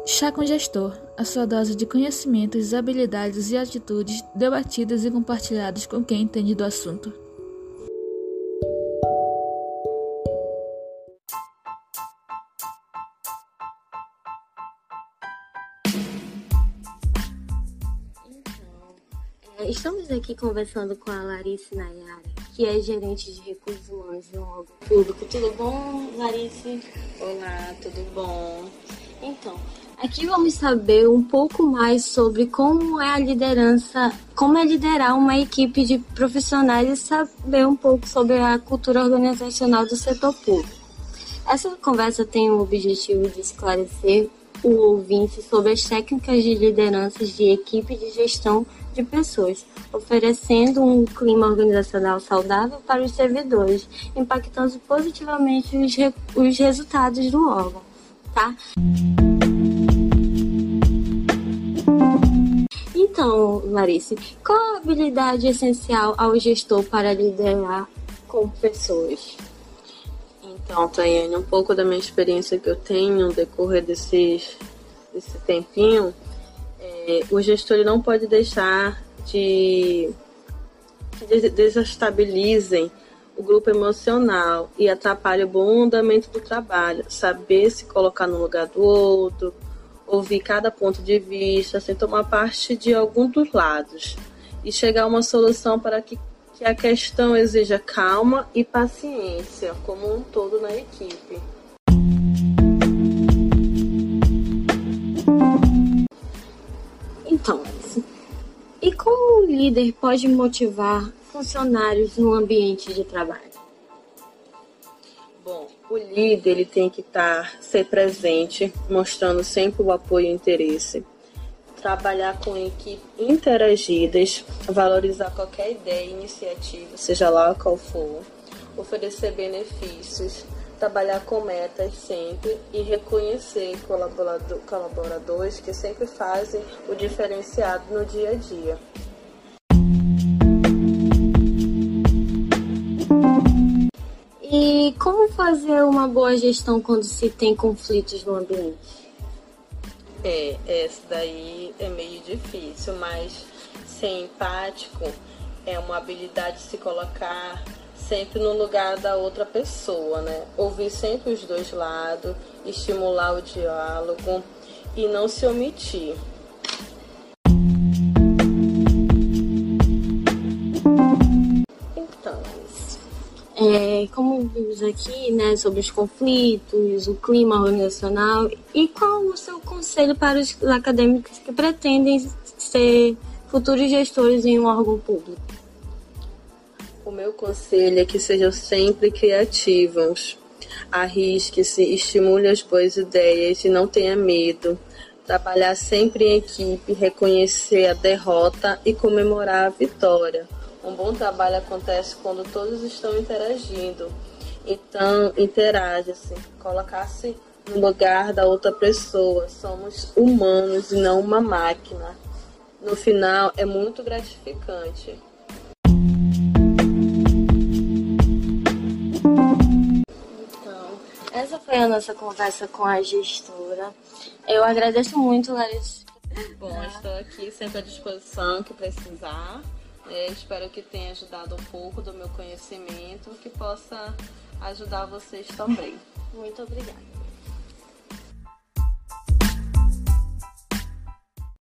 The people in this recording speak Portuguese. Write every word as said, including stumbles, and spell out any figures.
Chá com Gestor, a sua dose de conhecimentos, habilidades e atitudes debatidas e compartilhadas com quem entende do assunto. Então, estamos aqui conversando com a Larissa Nayara, que é gerente de recursos humanos de um órgão público. Tudo bom, Larissa? Olá, tudo bom? Então, aqui vamos saber um pouco mais sobre como é a liderança, como é liderar uma equipe de profissionais e saber um pouco sobre a cultura organizacional do setor público. Essa conversa tem o objetivo de esclarecer o ouvinte sobre as técnicas de liderança de equipe de gestão de pessoas, oferecendo um clima organizacional saudável para os servidores, impactando positivamente os, re- os resultados do órgão, tá? Então, Larissa, qual a habilidade essencial ao gestor para liderar com pessoas? Então, Tayane, um pouco da minha experiência que eu tenho no decorrer desses, desse tempinho, é, o gestor ele não pode deixar de que desestabilizem o grupo emocional e atrapalhe o bom andamento do trabalho. Saber se colocar no lugar do outro, ouvir cada ponto de vista, sem tomar parte de algum dos lados e chegar a uma solução para que, que a questão exija calma e paciência, como um todo na equipe. Então, e como o líder pode motivar funcionários no ambiente de trabalho? Bom, o líder ele tem que estar, ser presente, mostrando sempre o apoio e interesse, trabalhar com equipes interagidas, valorizar qualquer ideia e iniciativa, seja lá qual for, oferecer benefícios, trabalhar com metas sempre e reconhecer colaborador, colaboradores que sempre fazem o diferenciado no dia a dia. E como fazer uma boa gestão quando se tem conflitos no ambiente? É, essa daí é meio difícil, mas ser empático é uma habilidade de se colocar sempre no lugar da outra pessoa, né? Ouvir sempre os dois lados, estimular o diálogo e não se omitir. Então, é, como vimos aqui, né, sobre os conflitos, o clima organizacional, e qual o seu conselho para os acadêmicos que pretendem ser futuros gestores em um órgão público? O meu conselho é que sejam sempre criativos, arrisque-se, estimule as boas ideias e não tenha medo. Trabalhar sempre em equipe, reconhecer a derrota e comemorar a vitória. Um bom trabalho acontece quando todos estão interagindo. Então, interaja-se, colocar-se no lugar da outra pessoa. Somos humanos e não uma máquina. No final, é muito gratificante. Essa foi a nossa conversa com a gestora. Eu agradeço muito, Larissa. Bom, estou aqui sempre à disposição que precisar. É, espero que tenha ajudado um pouco do meu conhecimento, que possa ajudar vocês também. Muito obrigada.